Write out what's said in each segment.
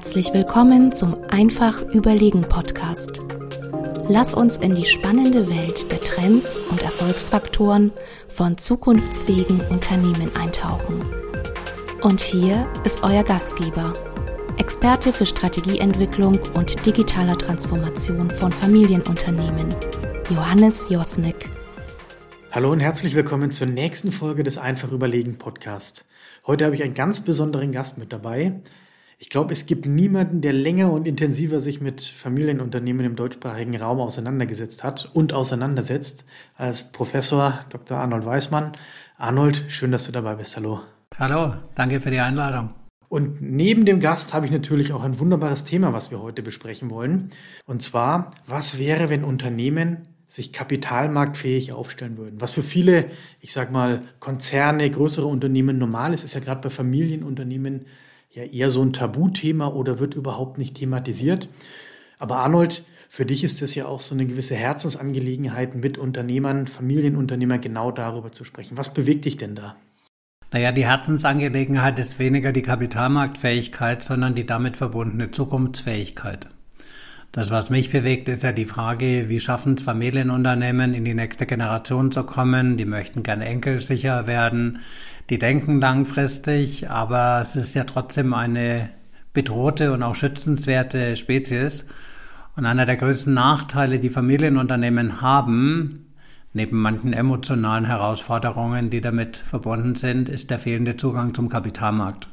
Herzlich willkommen zum Einfach Überlegen Podcast. Lass uns in die spannende Welt der Trends und Erfolgsfaktoren von zukunftsfähigen Unternehmen eintauchen. Und hier ist euer Gastgeber, Experte für Strategieentwicklung und digitaler Transformation von Familienunternehmen, Johannes Josnick. Hallo und herzlich willkommen zur nächsten Folge des Einfach Überlegen Podcast. Heute habe ich einen ganz besonderen Gast mit dabei. Ich glaube, es gibt niemanden, der länger und intensiver sich mit Familienunternehmen im deutschsprachigen Raum auseinandergesetzt hat und auseinandersetzt als Professor Dr. Arnold Weismann. Arnold, schön, dass du dabei bist. Hallo. Hallo, danke für die Einladung. Und neben dem Gast habe ich natürlich auch ein wunderbares Thema, was wir heute besprechen wollen. Und zwar, was wäre, wenn Unternehmen sich kapitalmarktfähig aufstellen würden? Was für viele, ich sag mal, Konzerne, größere Unternehmen normal ist, ist ja gerade bei Familienunternehmen ja eher so ein Tabuthema oder wird überhaupt nicht thematisiert. Aber Arnold, für dich ist es ja auch so eine gewisse Herzensangelegenheit, mit Unternehmern, Familienunternehmern genau darüber zu sprechen. Was bewegt dich denn da? Naja, die Herzensangelegenheit ist weniger die Kapitalmarktfähigkeit, sondern die damit verbundene Zukunftsfähigkeit. Das, was mich bewegt, ist ja die Frage, wie schaffen es Familienunternehmen, in die nächste Generation zu kommen? Die möchten gerne enkelsicher werden, die denken langfristig, aber es ist ja trotzdem eine bedrohte und auch schützenswerte Spezies. Und einer der größten Nachteile, die Familienunternehmen haben, neben manchen emotionalen Herausforderungen, die damit verbunden sind, ist der fehlende Zugang zum Kapitalmarkt.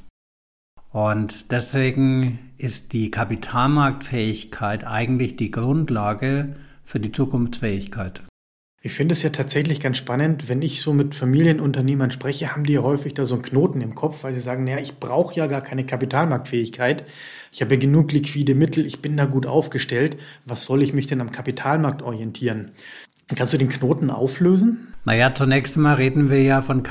Und deswegen ist die Kapitalmarktfähigkeit eigentlich die Grundlage für die Zukunftsfähigkeit. Ich finde es ja tatsächlich ganz spannend, wenn ich so mit Familienunternehmern spreche, haben die ja häufig da so einen Knoten im Kopf, weil sie sagen, naja, ich brauche ja gar keine Kapitalmarktfähigkeit. Ich habe ja genug liquide Mittel, ich bin da gut aufgestellt. Was soll ich mich denn am Kapitalmarkt orientieren? Kannst du den Knoten auflösen? Naja, zunächst einmal reden wir ja von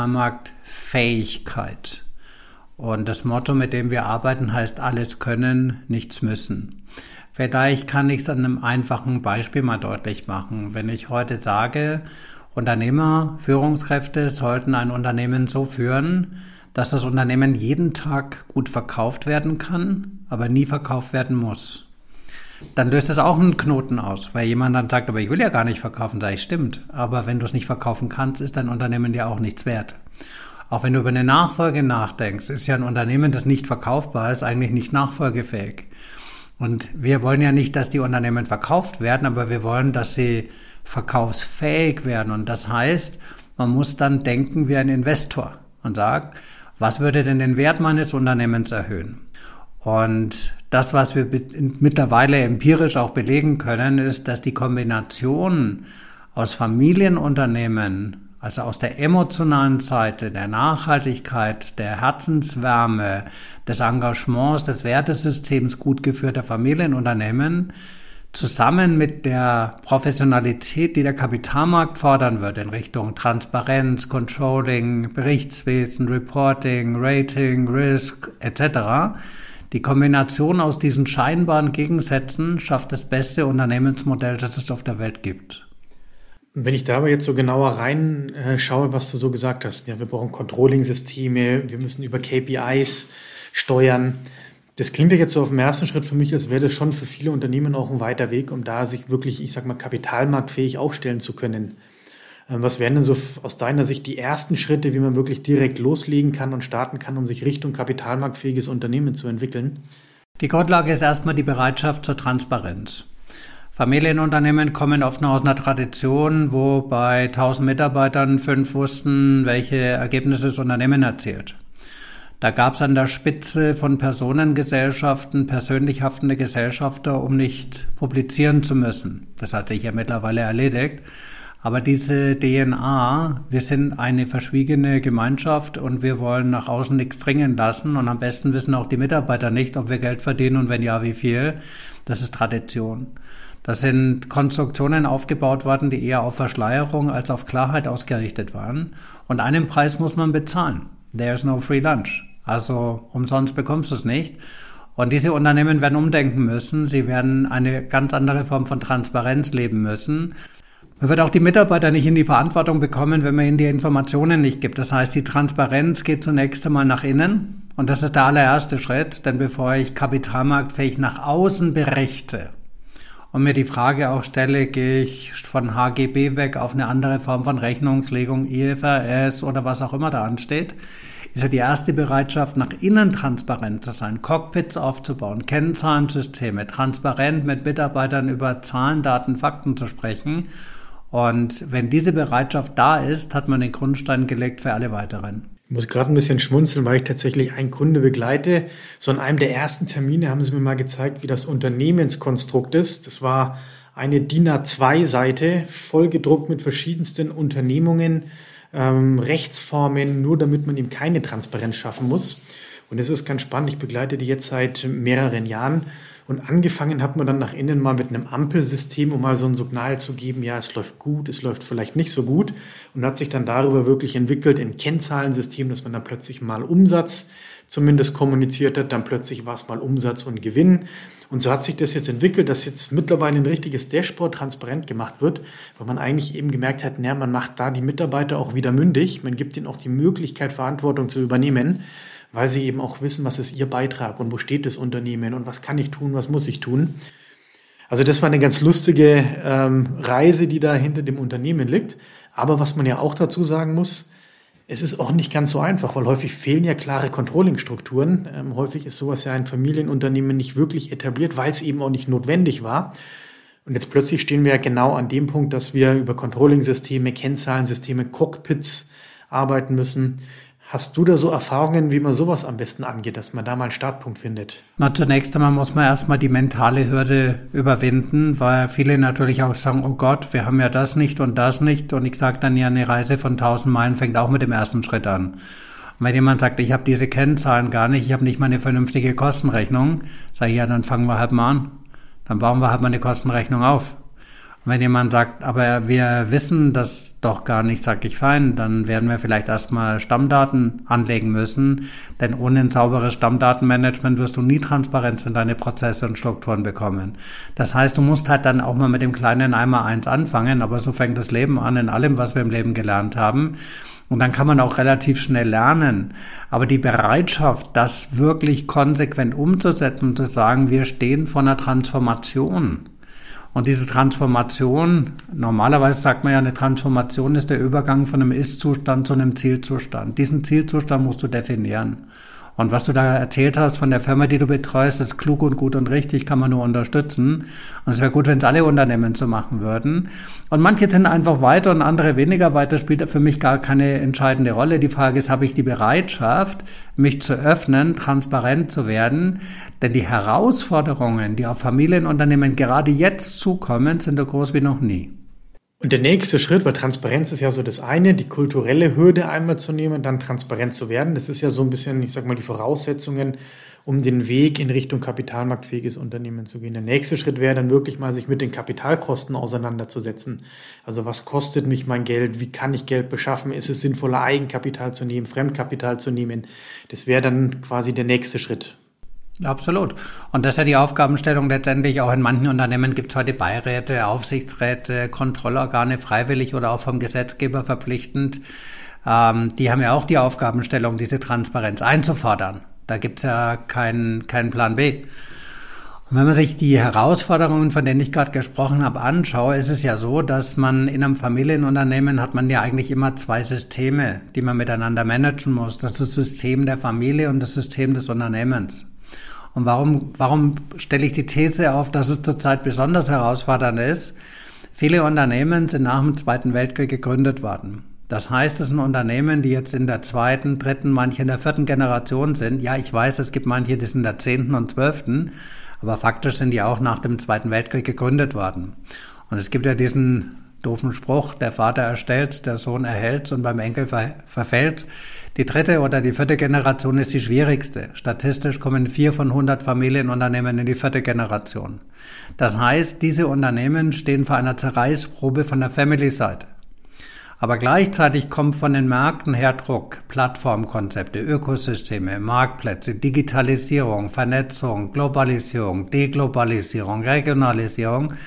Kapitalmarktfähigkeit. Und das Motto, mit dem wir arbeiten, heißt alles können, nichts müssen. Vielleicht kann ich es an einem einfachen Beispiel mal deutlich machen. Wenn ich heute sage, Unternehmer, Führungskräfte sollten ein Unternehmen so führen, dass das Unternehmen jeden Tag gut verkauft werden kann, aber nie verkauft werden muss, dann löst es auch einen Knoten aus, weil jemand dann sagt, aber ich will ja gar nicht verkaufen, sage ich, stimmt. Aber wenn du es nicht verkaufen kannst, ist dein Unternehmen dir auch nichts wert. Auch wenn du über eine Nachfolge nachdenkst, ist ja ein Unternehmen, das nicht verkaufbar ist, eigentlich nicht nachfolgefähig. Und wir wollen ja nicht, dass die Unternehmen verkauft werden, aber wir wollen, dass sie verkaufsfähig werden. Und das heißt, man muss dann denken wie ein Investor und sagt, was würde denn den Wert meines Unternehmens erhöhen? Und das, was wir mittlerweile empirisch auch belegen können, ist, dass die Kombination aus Familienunternehmen, also aus der emotionalen Seite, der Nachhaltigkeit, der Herzenswärme, des Engagements, des Wertesystems gut geführter Familienunternehmen, zusammen mit der Professionalität, die der Kapitalmarkt fordern wird in Richtung Transparenz, Controlling, Berichtswesen, Reporting, Rating, Risk etc., die Kombination aus diesen scheinbaren Gegensätzen schafft das beste Unternehmensmodell, das es auf der Welt gibt. Wenn ich da aber jetzt so genauer reinschaue, was du so gesagt hast, ja, wir brauchen Controlling-Systeme, wir müssen über KPIs steuern. Das klingt ja jetzt so auf den ersten Schritt für mich, als wäre das schon für viele Unternehmen auch ein weiter Weg, um da sich wirklich, ich sag mal, kapitalmarktfähig aufstellen zu können. Was wären denn so aus deiner Sicht die ersten Schritte, wie man wirklich direkt loslegen kann und starten kann, um sich Richtung kapitalmarktfähiges Unternehmen zu entwickeln? Die Grundlage ist erstmal die Bereitschaft zur Transparenz. Familienunternehmen kommen oft noch aus einer Tradition, wo bei 1000 Mitarbeitern 5 wussten, welche Ergebnisse das Unternehmen erzielt. Da gab es an der Spitze von Personengesellschaften persönlich haftende Gesellschafter, um nicht publizieren zu müssen. Das hat sich ja mittlerweile erledigt. Aber diese DNA, wir sind eine verschwiegene Gemeinschaft und wir wollen nach außen nichts dringen lassen und am besten wissen auch die Mitarbeiter nicht, ob wir Geld verdienen und wenn ja, wie viel. Das ist Tradition. Da sind Konstruktionen aufgebaut worden, die eher auf Verschleierung als auf Klarheit ausgerichtet waren. Und einen Preis muss man bezahlen. There's no free lunch. Also umsonst bekommst du es nicht. Und diese Unternehmen werden umdenken müssen. Sie werden eine ganz andere Form von Transparenz leben müssen. Man wird auch die Mitarbeiter nicht in die Verantwortung bekommen, wenn man ihnen die Informationen nicht gibt. Das heißt, die Transparenz geht zunächst einmal nach innen. Und das ist der allererste Schritt, denn bevor ich kapitalmarktfähig nach außen berichte und mir die Frage auch stelle, gehe ich von HGB weg auf eine andere Form von Rechnungslegung, IFRS oder was auch immer da ansteht, ist ja die erste Bereitschaft, nach innen transparent zu sein, Cockpits aufzubauen, Kennzahlensysteme, transparent mit Mitarbeitern über Zahlen, Daten, Fakten zu sprechen. Und wenn diese Bereitschaft da ist, hat man den Grundstein gelegt für alle weiteren. Ich muss gerade ein bisschen schmunzeln, weil ich tatsächlich einen Kunde begleite. So an einem der ersten Termine haben sie mir mal gezeigt, wie das Unternehmenskonstrukt ist. Das war eine DIN A2-Seite, vollgedruckt mit verschiedensten Unternehmungen, Rechtsformen, nur damit man eben keine Transparenz schaffen muss. Und das ist ganz spannend. Ich begleite die jetzt seit mehreren Jahren. Und angefangen hat man dann nach innen mal mit einem Ampelsystem, um mal so ein Signal zu geben, ja, es läuft gut, es läuft vielleicht nicht so gut. Und hat sich dann darüber wirklich entwickelt in Kennzahlensystem, dass man dann plötzlich mal Umsatz zumindest kommuniziert hat, dann plötzlich war es mal Umsatz und Gewinn. Und so hat sich das jetzt entwickelt, dass jetzt mittlerweile ein richtiges Dashboard transparent gemacht wird, weil man eigentlich eben gemerkt hat, man macht da die Mitarbeiter auch wieder mündig, man gibt ihnen auch die Möglichkeit, Verantwortung zu übernehmen, weil sie eben auch wissen, was ist ihr Beitrag und wo steht das Unternehmen und was kann ich tun, was muss ich tun. Also das war eine ganz lustige Reise, die da hinter dem Unternehmen liegt. Aber was man ja auch dazu sagen muss, es ist auch nicht ganz so einfach, weil häufig fehlen ja klare Controlling-Strukturen. Häufig ist sowas ja in Familienunternehmen nicht wirklich etabliert, weil es eben auch nicht notwendig war. Und jetzt plötzlich stehen wir ja genau an dem Punkt, dass wir über Controlling-Systeme, Kennzahlensysteme, Cockpits arbeiten müssen. Hast du da so Erfahrungen, wie man sowas am besten angeht, dass man da mal einen Startpunkt findet? Na, zunächst einmal muss man erstmal die mentale Hürde überwinden, weil viele natürlich auch sagen, oh Gott, wir haben ja das nicht und das nicht. Und ich sage dann ja, eine Reise von 1000 Meilen fängt auch mit dem ersten Schritt an. Und wenn jemand sagt, ich habe diese Kennzahlen gar nicht, ich habe nicht mal eine vernünftige Kostenrechnung, sage ich, ja, dann fangen wir halt mal an. Dann bauen wir halt mal eine Kostenrechnung auf. Wenn jemand sagt, aber wir wissen das doch gar nicht, sage ich, fein, dann werden wir vielleicht erstmal Stammdaten anlegen müssen, denn ohne ein sauberes Stammdatenmanagement wirst du nie Transparenz in deine Prozesse und Strukturen bekommen. Das heißt, du musst halt dann auch mal mit dem kleinen Eimer 1 anfangen, aber so fängt das Leben an in allem, was wir im Leben gelernt haben. Und dann kann man auch relativ schnell lernen. Aber die Bereitschaft, das wirklich konsequent umzusetzen und zu sagen, wir stehen vor einer Transformation. Und diese Transformation, normalerweise sagt man ja, eine Transformation ist der Übergang von einem Ist-Zustand zu einem Zielzustand. Diesen Zielzustand musst du definieren. Und was du da erzählt hast von der Firma, die du betreust, ist klug und gut und richtig, kann man nur unterstützen. Und es wäre gut, wenn es alle Unternehmen so machen würden. Und manche sind einfach weiter und andere weniger weiter, spielt für mich gar keine entscheidende Rolle. Die Frage ist, habe ich die Bereitschaft, mich zu öffnen, transparent zu werden? Denn die Herausforderungen, die auf Familienunternehmen gerade jetzt zukommen, sind so groß wie noch nie. Und der nächste Schritt, weil Transparenz ist ja so das eine, die kulturelle Hürde einmal zu nehmen, dann transparent zu werden. Das ist ja so ein bisschen, ich sag mal, die Voraussetzungen, um den Weg in Richtung kapitalmarktfähiges Unternehmen zu gehen. Der nächste Schritt wäre dann wirklich mal, sich mit den Kapitalkosten auseinanderzusetzen. Also was kostet mich mein Geld? Wie kann ich Geld beschaffen? Ist es sinnvoller, Eigenkapital zu nehmen, Fremdkapital zu nehmen? Das wäre dann quasi der nächste Schritt. Absolut. Und das ist ja die Aufgabenstellung letztendlich. Auch in manchen Unternehmen gibt es heute Beiräte, Aufsichtsräte, Kontrollorgane, freiwillig oder auch vom Gesetzgeber verpflichtend. Die haben ja auch die Aufgabenstellung, diese Transparenz einzufordern. Da gibt es ja keinen Plan B. Und wenn man sich die Herausforderungen, von denen ich gerade gesprochen habe, anschaue, ist es ja so, dass man in einem Familienunternehmen hat man ja eigentlich immer 2 Systeme, die man miteinander managen muss. Das ist das System der Familie und das System des Unternehmens. Und warum stelle ich die These auf, dass es zurzeit besonders herausfordernd ist? Viele Unternehmen sind nach dem Zweiten Weltkrieg gegründet worden. Das heißt, es sind Unternehmen, die jetzt in der 2., 3., manche in der 4. Generation sind. Ja, ich weiß, es gibt manche, die sind in der 10. und 12., aber faktisch sind die auch nach dem Zweiten Weltkrieg gegründet worden. Und es gibt ja diesen doofen Spruch, der Vater erstellt's, der Sohn erhält's und beim Enkel verfällt's. Die 3. oder die 4. Generation ist die schwierigste. Statistisch kommen 4 von 100 Familienunternehmen in die 4. Generation. Das heißt, diese Unternehmen stehen vor einer Zerreißprobe von der Family-Seite. Aber gleichzeitig kommt von den Märkten her Druck, Plattformkonzepte, Ökosysteme, Marktplätze, Digitalisierung, Vernetzung, Globalisierung, Deglobalisierung, Regionalisierung.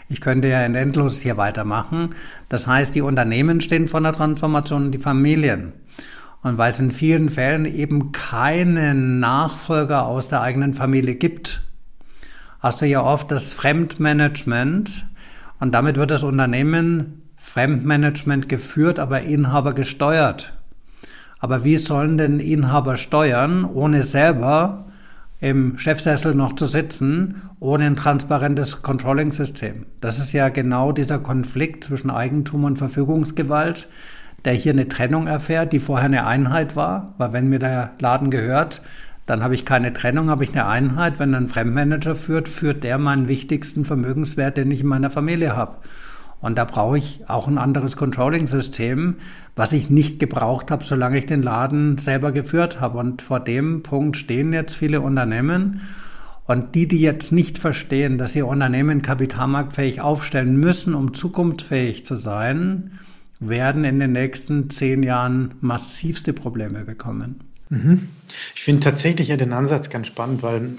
Ich könnte ja in endlos hier weitermachen. Das heißt, die Unternehmen stehen vor der Transformation und die Familien. Und weil es in vielen Fällen eben keinen Nachfolger aus der eigenen Familie gibt, hast du ja oft das Fremdmanagement und damit wird das Unternehmen Fremdmanagement geführt, aber Inhaber gesteuert. Aber wie sollen denn Inhaber steuern, ohne selber im Chefsessel noch zu sitzen, ohne ein transparentes Controlling-System? Das ist ja genau dieser Konflikt zwischen Eigentum und Verfügungsgewalt, der hier eine Trennung erfährt, die vorher eine Einheit war, weil wenn mir der Laden gehört, dann habe ich keine Trennung, habe ich eine Einheit. Wenn ein Fremdmanager führt der meinen wichtigsten Vermögenswert, den ich in meiner Familie habe. Und da brauche ich auch ein anderes Controlling-System, was ich nicht gebraucht habe, solange ich den Laden selber geführt habe. Und vor dem Punkt stehen jetzt viele Unternehmen. Und die jetzt nicht verstehen, dass ihr Unternehmen kapitalmarktfähig aufstellen müssen, um zukunftsfähig zu sein, werden in den nächsten 10 Jahren massivste Probleme bekommen. Ich finde tatsächlich ja den Ansatz ganz spannend, weil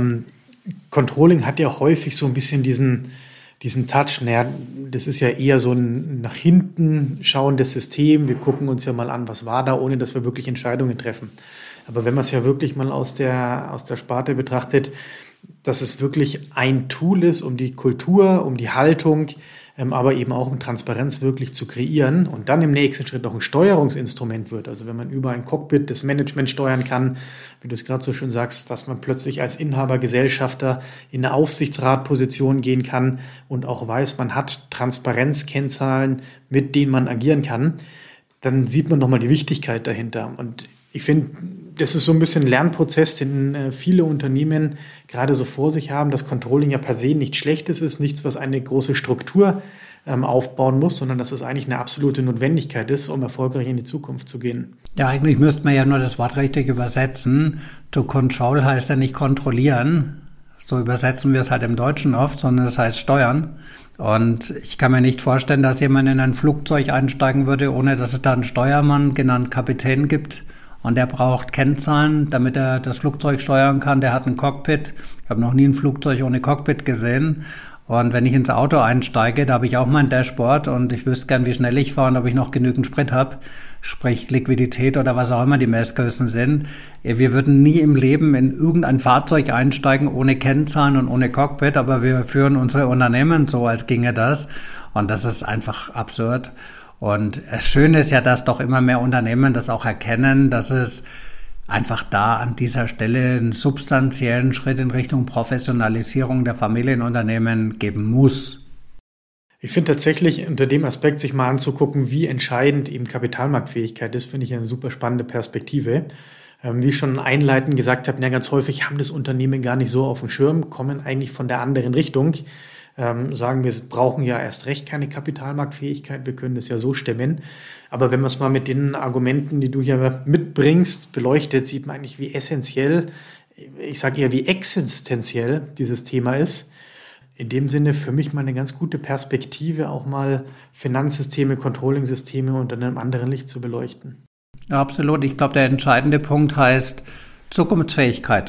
Controlling hat ja häufig so ein bisschen diesen Touch. Naja, das ist ja eher so ein nach hinten schauendes System. Wir gucken uns ja mal an, was war da, ohne dass wir wirklich Entscheidungen treffen. Aber wenn man es ja wirklich mal aus der Sparte betrachtet, dass es wirklich ein Tool ist, um die Kultur, um die Haltung, aber eben auch um Transparenz wirklich zu kreieren und dann im nächsten Schritt noch ein Steuerungsinstrument wird. Also wenn man über ein Cockpit das Management steuern kann, wie du es gerade so schön sagst, dass man plötzlich als Inhaber, Gesellschafter in eine Aufsichtsratposition gehen kann und auch weiß, man hat Transparenzkennzahlen, mit denen man agieren kann, dann sieht man nochmal die Wichtigkeit dahinter. Und ich finde, das ist so ein bisschen ein Lernprozess, den viele Unternehmen gerade so vor sich haben, dass Controlling ja per se nichts Schlechtes ist, nichts, was eine große Struktur aufbauen muss, sondern dass es eigentlich eine absolute Notwendigkeit ist, um erfolgreich in die Zukunft zu gehen. Ja, eigentlich müsste man ja nur das Wort richtig übersetzen. To control heißt ja nicht kontrollieren. So übersetzen wir es halt im Deutschen oft, sondern es heißt steuern. Und ich kann mir nicht vorstellen, dass jemand in ein Flugzeug einsteigen würde, ohne dass es da einen Steuermann, genannt Kapitän, gibt. Und der braucht Kennzahlen, damit er das Flugzeug steuern kann. Der hat ein Cockpit. Ich habe noch nie ein Flugzeug ohne Cockpit gesehen. Und wenn ich ins Auto einsteige, da habe ich auch mein Dashboard und ich wüsste gern, wie schnell ich fahre und ob ich noch genügend Sprit habe, sprich Liquidität oder was auch immer die Messgrößen sind. Wir würden nie im Leben in irgendein Fahrzeug einsteigen ohne Kennzahlen und ohne Cockpit, aber wir führen unsere Unternehmen so, als ginge das. Und das ist einfach absurd. Und das Schöne ist ja, dass doch immer mehr Unternehmen das auch erkennen, dass es einfach da an dieser Stelle einen substanziellen Schritt in Richtung Professionalisierung der Familienunternehmen geben muss. Ich finde tatsächlich unter dem Aspekt, sich mal anzugucken, wie entscheidend eben Kapitalmarktfähigkeit ist, finde ich eine super spannende Perspektive. Wie ich schon einleitend gesagt habe, ja, ganz häufig haben das Unternehmen gar nicht so auf dem Schirm, kommen eigentlich von der anderen Richtung. Sagen wir, brauchen ja erst recht keine Kapitalmarktfähigkeit, wir können das ja so stemmen. Aber wenn man es mal mit den Argumenten, die du hier mitbringst, beleuchtet, sieht man eigentlich, wie essentiell, ich sage eher wie existenziell dieses Thema ist. In dem Sinne für mich mal eine ganz gute Perspektive, auch mal Finanzsysteme, Controlling-Systeme unter einem anderen Licht zu beleuchten. Ja, absolut. Ich glaube, der entscheidende Punkt heißt Zukunftsfähigkeit.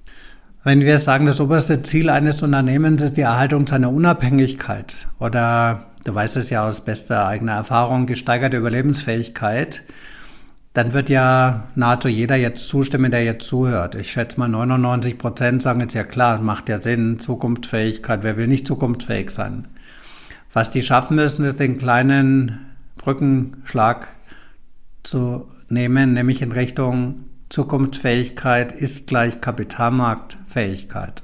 Wenn wir sagen, das oberste Ziel eines Unternehmens ist die Erhaltung seiner Unabhängigkeit oder, du weißt es ja aus bester eigener Erfahrung, gesteigerte Überlebensfähigkeit, dann wird ja nahezu jeder jetzt zustimmen, der jetzt zuhört. Ich schätze mal 99% sagen jetzt, ja klar, macht ja Sinn, Zukunftsfähigkeit, wer will nicht zukunftsfähig sein? Was die schaffen müssen, ist den kleinen Brückenschlag zu nehmen, nämlich in Richtung Zukunftsfähigkeit ist gleich Kapitalmarktfähigkeit.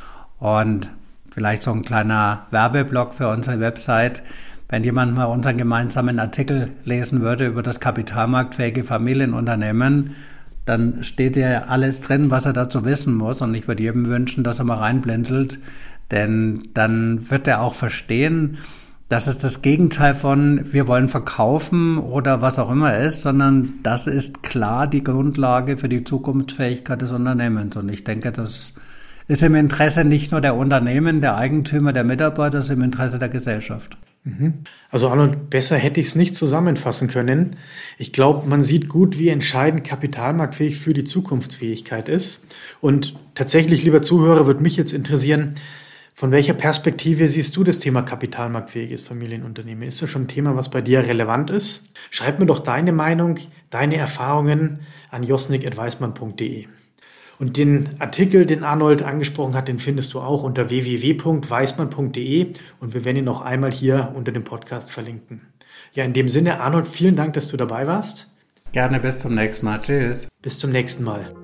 Und vielleicht so ein kleiner Werbeblock für unsere Website. Wenn jemand mal unseren gemeinsamen Artikel lesen würde über das kapitalmarktfähige Familienunternehmen, dann steht ja alles drin, was er dazu wissen muss. Und ich würde jedem wünschen, dass er mal reinblinzelt, denn dann wird er auch verstehen, dass es das Gegenteil von wir wollen verkaufen oder was auch immer ist, sondern das ist klar die Grundlage für die Zukunftsfähigkeit des Unternehmens. Und ich denke, das ist im Interesse nicht nur der Unternehmen, der Eigentümer, der Mitarbeiter, das ist im Interesse der Gesellschaft. Also Arnold, besser hätte ich es nicht zusammenfassen können. Ich glaube, man sieht gut, wie entscheidend kapitalmarktfähig für die Zukunftsfähigkeit ist. Und tatsächlich, lieber Zuhörer, würde mich jetzt interessieren, Von welcher Perspektive siehst du das Thema kapitalmarktfähiges Familienunternehmen? Ist das schon ein Thema, was bei dir relevant ist? Schreib mir doch deine Meinung, deine Erfahrungen an josnik@weismann.de. Und den Artikel, den Arnold angesprochen hat, den findest du auch unter www.weismann.de und wir werden ihn noch einmal hier unter dem Podcast verlinken. Ja, in dem Sinne, Arnold, vielen Dank, dass du dabei warst. Gerne, bis zum nächsten Mal. Tschüss. Bis zum nächsten Mal.